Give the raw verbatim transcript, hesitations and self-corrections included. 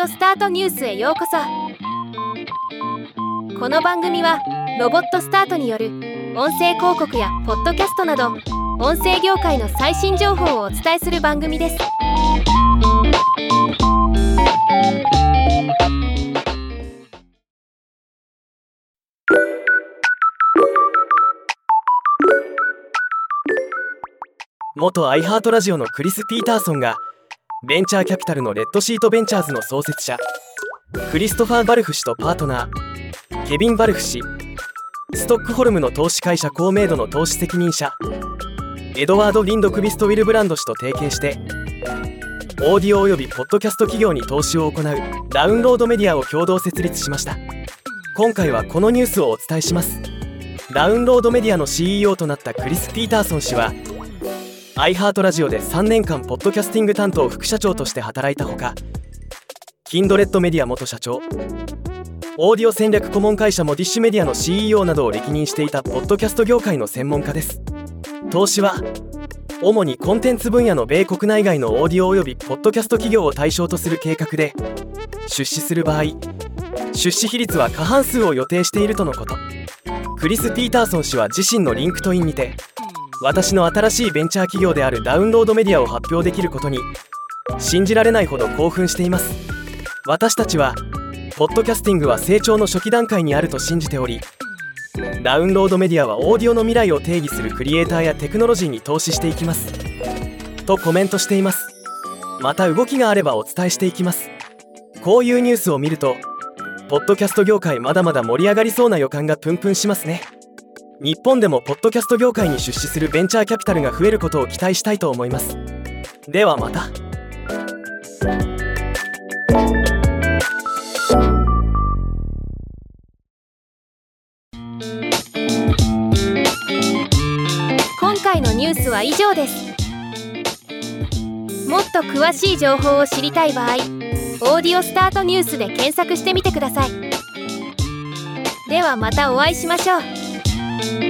オスタートニュースへようこそ。この番組はロボットスタートによる音声広告やポッドキャストなど音声業界の最新情報をお伝えする番組です。 元アイハートラジオのクリス・ピーターソンがベンチャーキャピタルのレッドシートベンチャーズの創設者クリストファー・バルフ氏とパートナーケビン・バルフ氏、ストックホルムの投資会社コーメイドの投資責任者エドワード・リンドクビスト・ウィルブランド氏と提携してオーディオおよびポッドキャスト企業に投資を行うダウンロードメディアを共同設立しました。今回はこのニュースをお伝えします。ダウンロードメディアの シーイーオー となったクリス・ピーターソン氏はアイハートラジオでさんねんかんポッドキャスティング担当副社長として働いたほか、キンドレッドメディア元社長、オーディオ戦略顧問会社モディッシュメディアの シーイーオー などを歴任していたポッドキャスト業界の専門家です。投資は主にコンテンツ分野の米国内外のオーディオおよびポッドキャスト企業を対象とする計画で、出資する場合出資比率は過半数を予定しているとのこと。クリス・ピーターソン氏は自身のリンクトインにて、私の新しいベンチャー企業であるダウンロードメディアを発表できることに信じられないほど興奮しています。私たちはポッドキャスティングは成長の初期段階にあると信じており、ダウンロードメディアはオーディオの未来を定義するクリエイターやテクノロジーに投資していきますとコメントしています。また動きがあればお伝えしていきます。こういうニュースを見るとポッドキャスト業界まだまだ盛り上がりそうな予感がプンプンしますね。日本でもポッドキャスト業界に出資するベンチャーキャピタルが増えることを期待したいと思います。ではまた。 今回のニュースは以上です。もっと詳しい情報を知りたい場合、オーディオスタートニュースで検索してみてください。ではまたお会いしましょう。